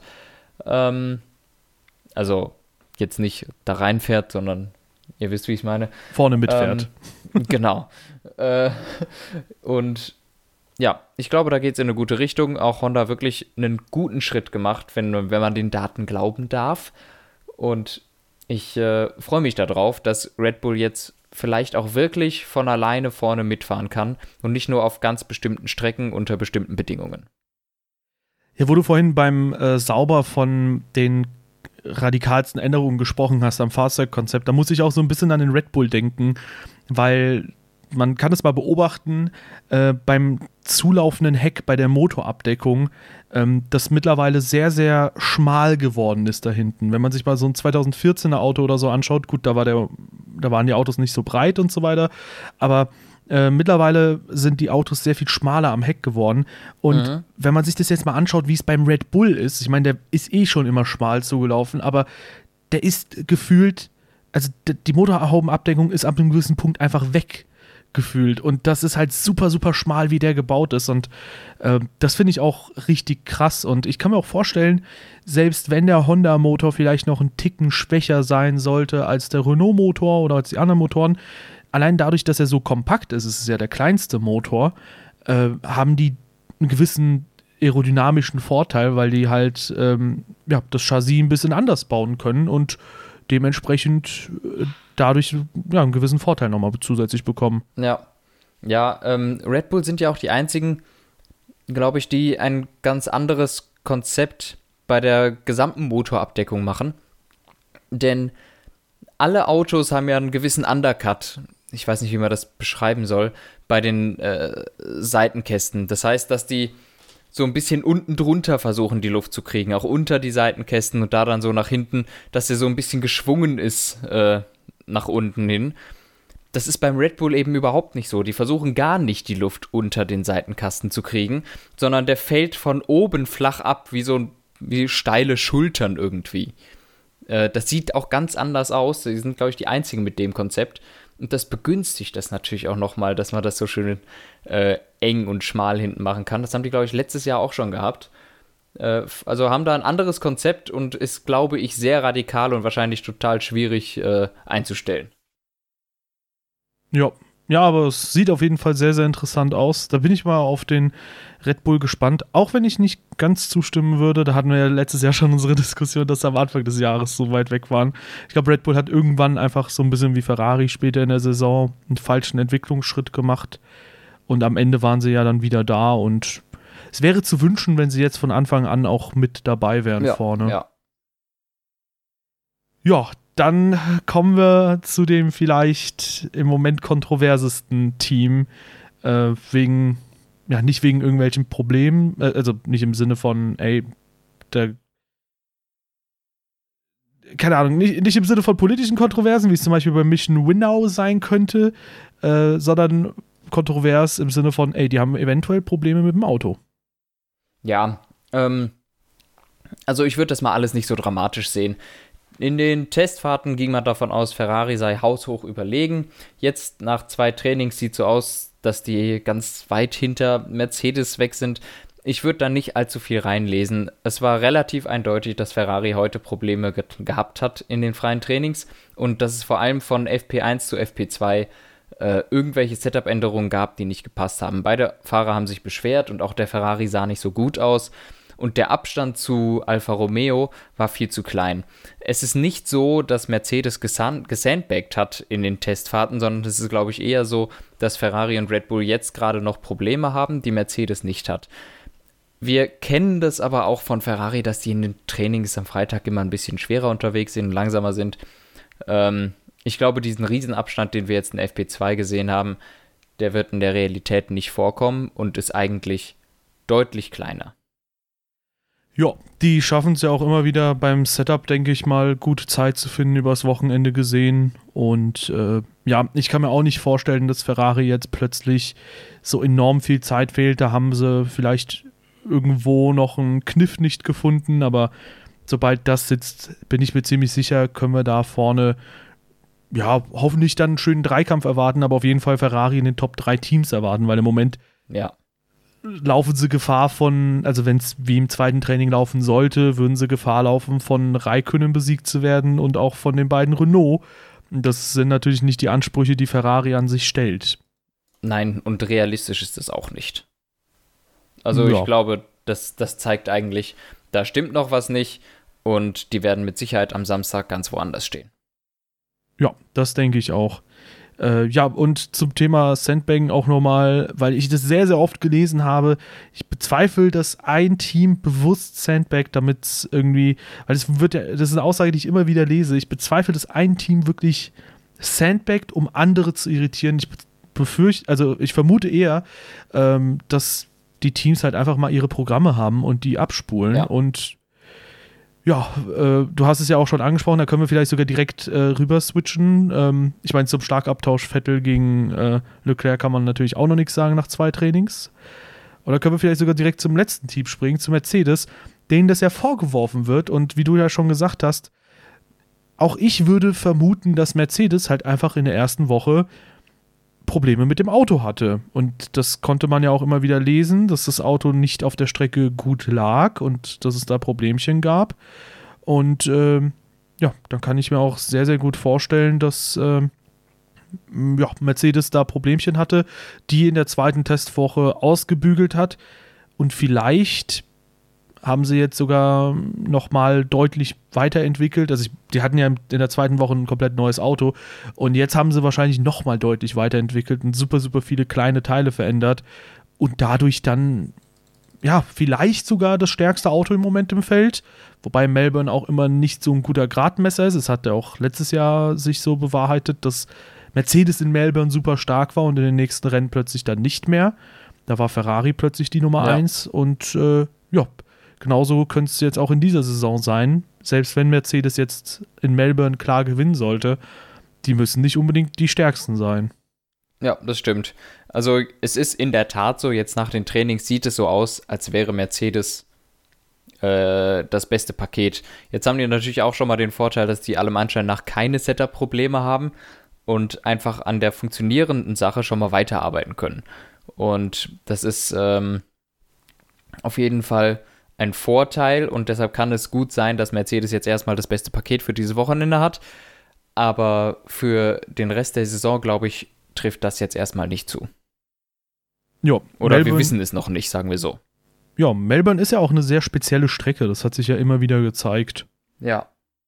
Speaker 2: Also jetzt nicht da reinfährt, sondern ihr wisst, wie ich es meine.
Speaker 1: Vorne mitfährt.
Speaker 2: Genau. Und ja, ich glaube, da geht es in eine gute Richtung. Auch Honda wirklich einen guten Schritt gemacht, wenn man den Daten glauben darf. Und ich freue mich darauf, dass Red Bull jetzt vielleicht auch wirklich von alleine vorne mitfahren kann und nicht nur auf ganz bestimmten Strecken unter bestimmten Bedingungen.
Speaker 1: Ja, wo du vorhin beim Sauber von den radikalsten Änderungen gesprochen hast am Fahrzeugkonzept, da muss ich auch so ein bisschen an den Red Bull denken, weil man kann es mal beobachten, beim zulaufenden Heck bei der Motorabdeckung, das mittlerweile sehr, sehr schmal geworden ist da hinten. Wenn man sich mal so ein 2014er Auto oder so anschaut, gut, da waren die Autos nicht so breit und so weiter, aber mittlerweile sind die Autos sehr viel schmaler am Heck geworden. Und wenn man sich das jetzt mal anschaut, wie es beim Red Bull ist, ich meine, der ist eh schon immer schmal zugelaufen, aber der ist gefühlt, also die Motorhaubenabdeckung ist ab einem gewissen Punkt einfach weg gefühlt. Und das ist halt super, super schmal, wie der gebaut ist. Und das finde ich auch richtig krass. Und ich kann mir auch vorstellen, selbst wenn der Honda-Motor vielleicht noch einen Ticken schwächer sein sollte als der Renault-Motor oder als die anderen Motoren, allein dadurch, dass er so kompakt ist, es ist ja der kleinste Motor, haben die einen gewissen aerodynamischen Vorteil, weil die halt das Chassis ein bisschen anders bauen können und dementsprechend dadurch einen gewissen Vorteil nochmal zusätzlich bekommen.
Speaker 2: Ja, Red Bull sind ja auch die einzigen, glaube ich, die ein ganz anderes Konzept bei der gesamten Motorabdeckung machen. Denn alle Autos haben ja einen gewissen Undercut. Ich weiß nicht, wie man das beschreiben soll, bei den Seitenkästen. Das heißt, dass die so ein bisschen unten drunter versuchen, die Luft zu kriegen, auch unter die Seitenkästen und da dann so nach hinten, dass der so ein bisschen geschwungen ist nach unten hin. Das ist beim Red Bull eben überhaupt nicht so. Die versuchen gar nicht, die Luft unter den Seitenkasten zu kriegen, sondern der fällt von oben flach ab, wie steile Schultern irgendwie. Das sieht auch ganz anders aus. Die sind, glaube ich, die einzigen mit dem Konzept. Und das begünstigt das natürlich auch nochmal, dass man das so schön eng und schmal hinten machen kann. Das haben die, glaube ich, letztes Jahr auch schon gehabt. Also haben da ein anderes Konzept und ist, glaube ich, sehr radikal und wahrscheinlich total schwierig einzustellen.
Speaker 1: Ja, aber es sieht auf jeden Fall sehr, sehr interessant aus. Da bin ich mal auf den Red Bull gespannt. Auch wenn ich nicht ganz zustimmen würde, da hatten wir ja letztes Jahr schon unsere Diskussion, dass sie am Anfang des Jahres so weit weg waren. Ich glaube, Red Bull hat irgendwann einfach so ein bisschen wie Ferrari später in der Saison einen falschen Entwicklungsschritt gemacht. Und am Ende waren sie ja dann wieder da. Und es wäre zu wünschen, wenn sie jetzt von Anfang an auch mit dabei wären vorne. Ja, dann kommen wir zu dem vielleicht im Moment kontroversesten Team, nicht wegen irgendwelchen Problemen, also nicht im Sinne von, keine Ahnung, nicht im Sinne von politischen Kontroversen, wie es zum Beispiel bei Mission Winnow sein könnte, sondern kontrovers im Sinne von, die haben eventuell Probleme mit dem Auto.
Speaker 2: Ja, also ich würde das mal alles nicht so dramatisch sehen. In den Testfahrten ging man davon aus, Ferrari sei haushoch überlegen. Jetzt nach 2 Trainings sieht so aus, dass die ganz weit hinter Mercedes weg sind. Ich würde da nicht allzu viel reinlesen. Es war relativ eindeutig, dass Ferrari heute Probleme gehabt hat in den freien Trainings und dass es vor allem von FP1 zu FP2 irgendwelche Setup-Änderungen gab, die nicht gepasst haben. Beide Fahrer haben sich beschwert und auch der Ferrari sah nicht so gut aus. Und der Abstand zu Alfa Romeo war viel zu klein. Es ist nicht so, dass Mercedes gesandbagged hat in den Testfahrten, sondern es ist, glaube ich, eher so, dass Ferrari und Red Bull jetzt gerade noch Probleme haben, die Mercedes nicht hat. Wir kennen das aber auch von Ferrari, dass die in den Trainings am Freitag immer ein bisschen schwerer unterwegs sind und langsamer sind. Ich glaube, diesen Riesenabstand, den wir jetzt in FP2 gesehen haben, der wird in der Realität nicht vorkommen und ist eigentlich deutlich kleiner.
Speaker 1: Ja, die schaffen es ja auch immer wieder beim Setup, denke ich mal, gut Zeit zu finden, übers Wochenende gesehen. Und ja, ich kann mir auch nicht vorstellen, dass Ferrari jetzt plötzlich so enorm viel Zeit fehlt. Da haben sie vielleicht irgendwo noch einen Kniff nicht gefunden, aber sobald das sitzt, bin ich mir ziemlich sicher, können wir da vorne ja hoffentlich dann einen schönen Dreikampf erwarten, aber auf jeden Fall Ferrari in den Top 3 Teams erwarten, weil im Moment
Speaker 2: Ja.
Speaker 1: laufen sie Gefahr von, also wenn es wie im zweiten Training laufen sollte, würden sie Gefahr laufen, von Räikkönen besiegt zu werden und auch von den beiden Renault. Das sind natürlich nicht die Ansprüche, die Ferrari an sich stellt.
Speaker 2: Nein, und realistisch ist es auch nicht. Also
Speaker 1: Ja.
Speaker 2: ich glaube, das zeigt eigentlich, da stimmt noch was nicht und die werden mit Sicherheit am Samstag ganz woanders stehen.
Speaker 1: Ja, das denke ich auch. Ja, und zum Thema Sandbagging auch nochmal, weil ich das sehr, sehr oft gelesen habe, ich bezweifle, dass ein Team bewusst sandbaggt, damit es irgendwie, weil das ist eine Aussage, die ich immer wieder lese, ich bezweifle, dass ein Team wirklich sandbaggt, um andere zu irritieren. Ich vermute eher, dass die Teams halt einfach mal ihre Programme haben und die abspulen.
Speaker 2: Ja.
Speaker 1: Und ja, du hast es ja auch schon angesprochen, da können wir vielleicht sogar direkt rüber switchen. Ich meine, zum Schlagabtausch Vettel gegen Leclerc kann man natürlich auch noch nichts sagen nach 2 Trainings. Oder können wir vielleicht sogar direkt zum letzten Team springen, zu Mercedes, denen das ja vorgeworfen wird. Und wie du ja schon gesagt hast, auch ich würde vermuten, dass Mercedes halt einfach in der ersten Woche Probleme mit dem Auto hatte. Und das konnte man ja auch immer wieder lesen, dass das Auto nicht auf der Strecke gut lag und dass es da Problemchen gab. Und ja, dann kann ich mir auch sehr, sehr gut vorstellen, dass ja, Mercedes da Problemchen hatte, die in der zweiten Testwoche ausgebügelt hat. Und vielleicht haben sie jetzt sogar nochmal deutlich weiterentwickelt. Also die hatten ja in der zweiten Woche ein komplett neues Auto und jetzt haben sie wahrscheinlich nochmal deutlich weiterentwickelt und super, super viele kleine Teile verändert und dadurch dann ja, vielleicht sogar das stärkste Auto im Moment im Feld, wobei Melbourne auch immer nicht so ein guter Gradmesser ist. Es hat ja auch letztes Jahr sich so bewahrheitet, dass Mercedes in Melbourne super stark war und in den nächsten Rennen plötzlich dann nicht mehr. Da war Ferrari plötzlich die Nummer 1 und ja, genauso könnte es jetzt auch in dieser Saison sein. Selbst wenn Mercedes jetzt in Melbourne klar gewinnen sollte, die müssen nicht unbedingt die stärksten sein.
Speaker 2: Ja, das stimmt. Also es ist in der Tat so, jetzt nach den Trainings sieht es so aus, als wäre Mercedes das beste Paket. Jetzt haben die natürlich auch schon mal den Vorteil, dass die allem Anschein nach keine Setup-Probleme haben und einfach an der funktionierenden Sache schon mal weiterarbeiten können. Und das ist auf jeden Fall ein Vorteil und deshalb kann es gut sein, dass Mercedes jetzt erstmal das beste Paket für diese Wochenende hat. Aber für den Rest der Saison, glaube ich, trifft das jetzt erstmal nicht zu.
Speaker 1: Ja,
Speaker 2: Oder
Speaker 1: Melbourne,
Speaker 2: wir wissen es noch nicht, sagen wir so.
Speaker 1: Ja, Melbourne ist ja auch eine sehr spezielle Strecke, das hat sich ja immer wieder gezeigt.
Speaker 2: Ja.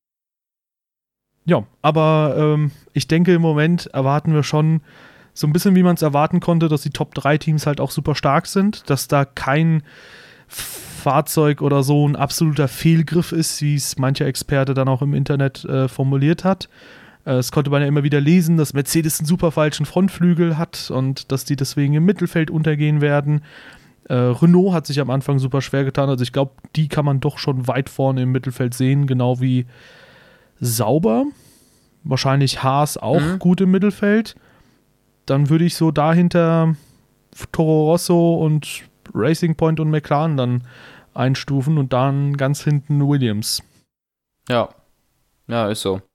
Speaker 1: Ja, aber ich denke, im Moment erwarten wir schon so ein bisschen, wie man es erwarten konnte, dass die Top-3-Teams halt auch super stark sind, dass da kein Fahrzeug oder so ein absoluter Fehlgriff ist, wie es mancher Experte dann auch im Internet formuliert hat. Das konnte man ja immer wieder lesen, dass Mercedes einen super falschen Frontflügel hat und dass die deswegen im Mittelfeld untergehen werden. Renault hat sich am Anfang super schwer getan, also ich glaube, die kann man doch schon weit vorne im Mittelfeld sehen, genau wie Sauber. Wahrscheinlich Haas auch gut im Mittelfeld. Dann würde ich so dahinter Toro Rosso und Racing Point und McLaren dann einstufen und dann ganz hinten Williams.
Speaker 2: Ja. Ja, ist so.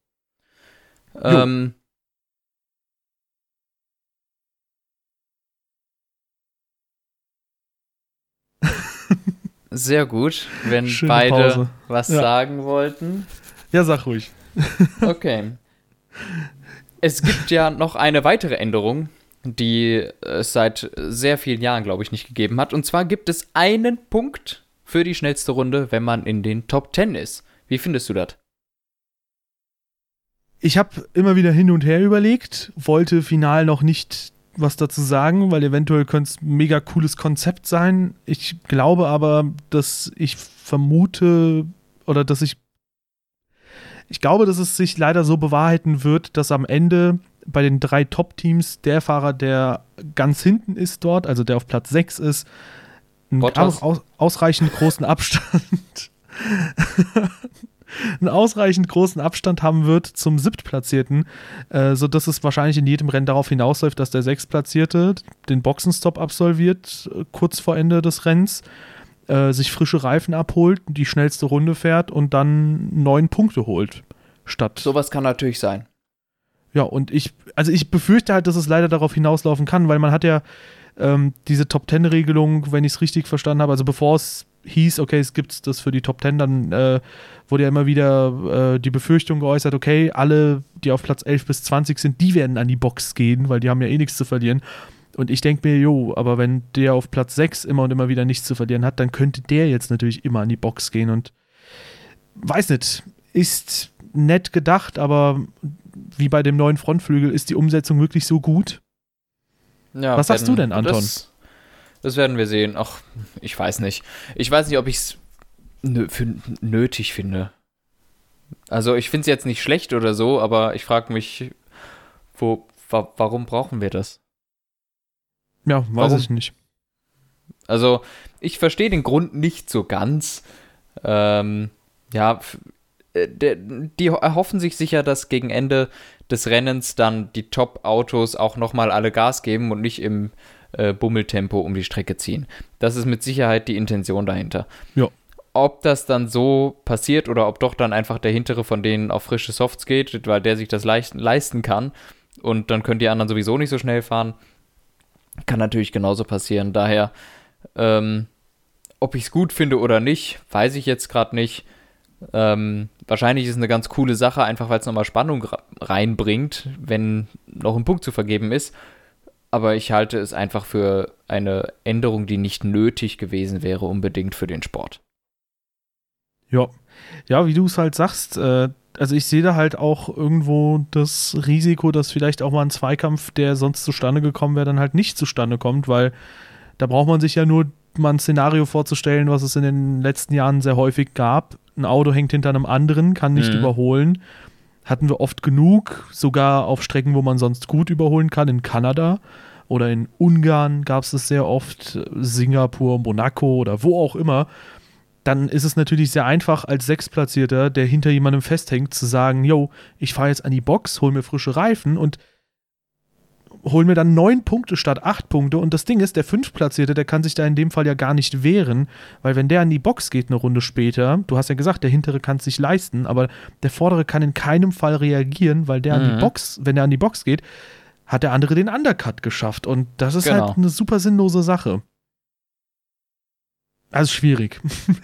Speaker 2: Sehr gut, wenn
Speaker 1: Schöne
Speaker 2: beide
Speaker 1: Pause.
Speaker 2: was
Speaker 1: Ja.
Speaker 2: sagen wollten.
Speaker 1: Ja, sag ruhig.
Speaker 2: Okay. Es gibt ja noch eine weitere Änderung, die es seit sehr vielen Jahren, glaube ich, nicht gegeben hat. Und zwar gibt es einen Punkt für die schnellste Runde, wenn man in den Top 10 ist. Wie findest du das?
Speaker 1: Ich habe immer wieder hin und her überlegt, wollte final noch nicht was dazu sagen, weil eventuell könnte es ein mega cooles Konzept sein. Ich glaube aber, dass ich vermute oder dass ich glaube, dass es sich leider so bewahrheiten wird, dass am Ende bei den 3 Top-Teams der Fahrer, der ganz hinten ist dort, also der auf Platz 6 ist,
Speaker 2: Bottas?
Speaker 1: Ausreichend großen Abstand. Einen ausreichend großen Abstand haben wird zum Siebtplatzierten, sodass es wahrscheinlich in jedem Rennen darauf hinausläuft, dass der Sechstplatzierte den Boxenstopp absolviert, kurz vor Ende des Rennens, sich frische Reifen abholt, die schnellste Runde fährt und dann 9 Punkte holt.
Speaker 2: Sowas kann natürlich sein.
Speaker 1: Ja, und ich befürchte halt, dass es leider darauf hinauslaufen kann, weil man hat ja diese Top-10-Regelung, wenn ich es richtig verstanden habe, also bevor es hieß, okay, es gibt das für die Top 10, dann wurde ja immer wieder die Befürchtung geäußert, okay, alle, die auf Platz 11 bis 20 sind, die werden an die Box gehen, weil die haben ja eh nichts zu verlieren. Und ich denke mir, aber wenn der auf Platz 6 immer und immer wieder nichts zu verlieren hat, dann könnte der jetzt natürlich immer an die Box gehen und weiß nicht, ist nett gedacht, aber wie bei dem neuen Frontflügel ist die Umsetzung wirklich so gut?
Speaker 2: Ja,
Speaker 1: was sagst du denn, Anton?
Speaker 2: Das werden wir sehen. Ach, ich weiß nicht. Ich weiß nicht, ob ich es nötig finde. Also ich finde es jetzt nicht schlecht oder so, aber ich frage mich, warum brauchen wir das?
Speaker 1: Ja, weiß ich nicht.
Speaker 2: Also ich verstehe den Grund nicht so ganz. Die erhoffen sich sicher, dass gegen Ende des Rennens dann die Top-Autos auch nochmal alle Gas geben und nicht im Bummeltempo um die Strecke ziehen. Das ist mit Sicherheit die Intention dahinter.
Speaker 1: Ja.
Speaker 2: Ob das dann so passiert oder ob doch dann einfach der hintere von denen auf frische Softs geht, weil der sich das leisten kann und dann können die anderen sowieso nicht so schnell fahren, kann natürlich genauso passieren. Daher, ob ich es gut finde oder nicht, weiß ich jetzt gerade nicht. Wahrscheinlich ist es eine ganz coole Sache, einfach weil es nochmal Spannung reinbringt, wenn noch ein Punkt zu vergeben ist. Aber ich halte es einfach für eine Änderung, die nicht nötig gewesen wäre, unbedingt für den Sport.
Speaker 1: Ja, wie du es halt sagst, also ich sehe da halt auch irgendwo das Risiko, dass vielleicht auch mal ein Zweikampf, der sonst zustande gekommen wäre, dann halt nicht zustande kommt, weil da braucht man sich ja nur mal ein Szenario vorzustellen, was es in den letzten Jahren sehr häufig gab. Ein Auto hängt hinter einem anderen, kann nicht überholen. Hatten wir oft genug, sogar auf Strecken, wo man sonst gut überholen kann, in Kanada oder in Ungarn gab es das sehr oft, Singapur, Monaco oder wo auch immer. Dann ist es natürlich sehr einfach, als Sechstplatzierter, der hinter jemandem festhängt, zu sagen, ich fahre jetzt an die Box, hol mir frische Reifen und hol mir dann 9 Punkte statt 8 Punkte. Und das Ding ist, der Fünftplatzierte, der kann sich da in dem Fall ja gar nicht wehren, weil wenn der an die Box geht eine Runde später, du hast ja gesagt, der Hintere kann es sich leisten, aber der Vordere kann in keinem Fall reagieren, weil der an die Box, wenn der an die Box geht, hat der andere den Undercut geschafft. Und das ist halt eine super sinnlose Sache. Also schwierig.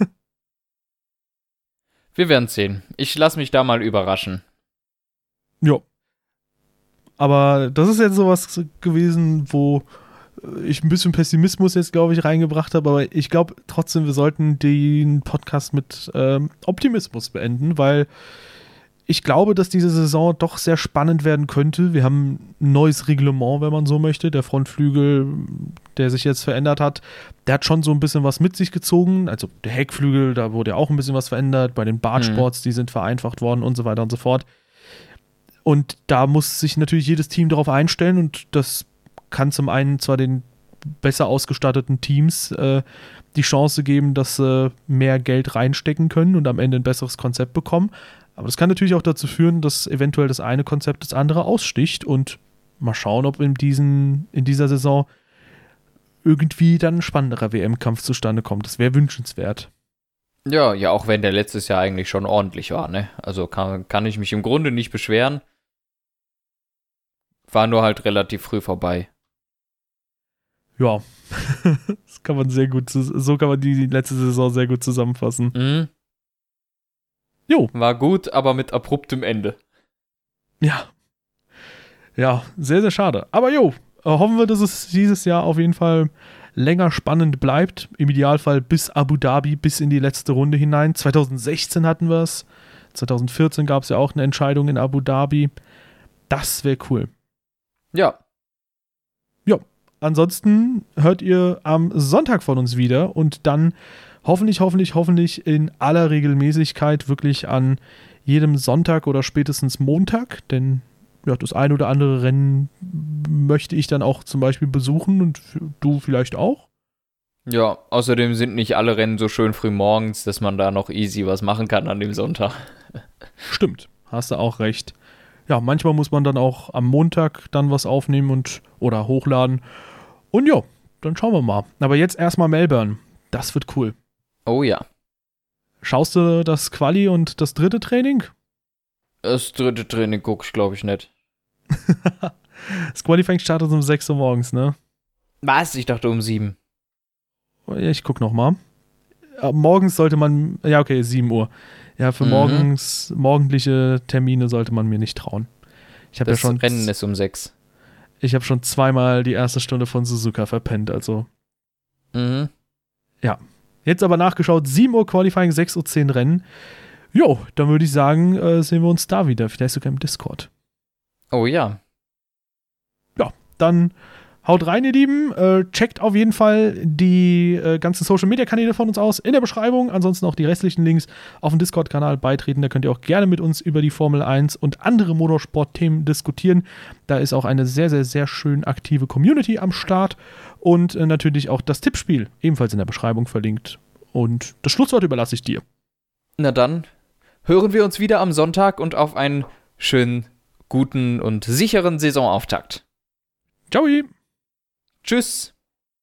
Speaker 2: Wir werden es sehen. Ich lasse mich da mal überraschen.
Speaker 1: Ja. Aber das ist jetzt sowas gewesen, wo ich ein bisschen Pessimismus jetzt, glaube ich, reingebracht habe. Aber ich glaube trotzdem, wir sollten den Podcast mit Optimismus beenden, weil ich glaube, dass diese Saison doch sehr spannend werden könnte. Wir haben ein neues Reglement, wenn man so möchte. Der Frontflügel, der sich jetzt verändert hat, der hat schon so ein bisschen was mit sich gezogen. Also der Heckflügel, da wurde ja auch ein bisschen was verändert. Bei den Bartsports, die sind vereinfacht worden und so weiter und so fort. Und da muss sich natürlich jedes Team darauf einstellen und das kann zum einen zwar den besser ausgestatteten Teams die Chance geben, dass sie mehr Geld reinstecken können und am Ende ein besseres Konzept bekommen. Aber das kann natürlich auch dazu führen, dass eventuell das eine Konzept das andere aussticht und mal schauen, ob in dieser Saison irgendwie dann ein spannenderer WM-Kampf zustande kommt. Das wäre wünschenswert.
Speaker 2: Ja, auch wenn der letztes Jahr eigentlich schon ordentlich war, ne? Also kann ich mich im Grunde nicht beschweren. War nur halt relativ früh vorbei.
Speaker 1: Ja, das kann man sehr gut, so kann man die letzte Saison sehr gut zusammenfassen.
Speaker 2: Mhm. Jo. War gut, aber mit abruptem Ende.
Speaker 1: Ja. Ja, sehr, sehr schade. Aber hoffen wir, dass es dieses Jahr auf jeden Fall länger spannend bleibt. Im Idealfall bis Abu Dhabi, bis in die letzte Runde hinein. 2016 hatten wir es. 2014 gab es ja auch eine Entscheidung in Abu Dhabi. Das wäre cool.
Speaker 2: Ja.
Speaker 1: Ja, ansonsten hört ihr am Sonntag von uns wieder und dann hoffentlich in aller Regelmäßigkeit wirklich an jedem Sonntag oder spätestens Montag, denn das ein oder andere Rennen möchte ich dann auch zum Beispiel besuchen und du vielleicht auch?
Speaker 2: Ja, außerdem sind nicht alle Rennen so schön früh morgens, dass man da noch easy was machen kann an dem Sonntag.
Speaker 1: Stimmt, hast du auch recht. Ja, manchmal muss man dann auch am Montag dann was aufnehmen oder hochladen. Und ja, dann schauen wir mal. Aber jetzt erstmal Melbourne. Das wird cool.
Speaker 2: Oh ja.
Speaker 1: Schaust du das Quali und das dritte Training?
Speaker 2: Das dritte Training gucke ich, glaube ich, nicht.
Speaker 1: Das Qualifying startet um 6 Uhr morgens, ne?
Speaker 2: Was? Ich dachte um 7.
Speaker 1: Ja, ich guck nochmal. Morgens sollte man, ja okay, 7 Uhr. Ja, für morgendliche Termine sollte man mir nicht trauen.
Speaker 2: Das Rennen ist um 6.
Speaker 1: Ich habe schon zweimal die erste Stunde von Suzuka verpennt, also. Ja. Jetzt aber nachgeschaut, 7 Uhr Qualifying, 6:10 Uhr Rennen. Jo, dann würde ich sagen, sehen wir uns da wieder. Vielleicht sogar im Discord.
Speaker 2: Oh ja.
Speaker 1: Ja, dann haut rein, ihr Lieben. Checkt auf jeden Fall die ganzen Social-Media-Kanäle von uns aus in der Beschreibung. Ansonsten auch die restlichen Links auf dem Discord-Kanal beitreten. Da könnt ihr auch gerne mit uns über die Formel 1 und andere Motorsport-Themen diskutieren. Da ist auch eine sehr, sehr, sehr schön aktive Community am Start. Und natürlich auch das Tippspiel, ebenfalls in der Beschreibung verlinkt. Und das Schlusswort überlasse ich dir.
Speaker 2: Na dann hören wir uns wieder am Sonntag und auf einen schönen, guten und sicheren Saisonauftakt.
Speaker 1: Ciao!
Speaker 2: Tschüss!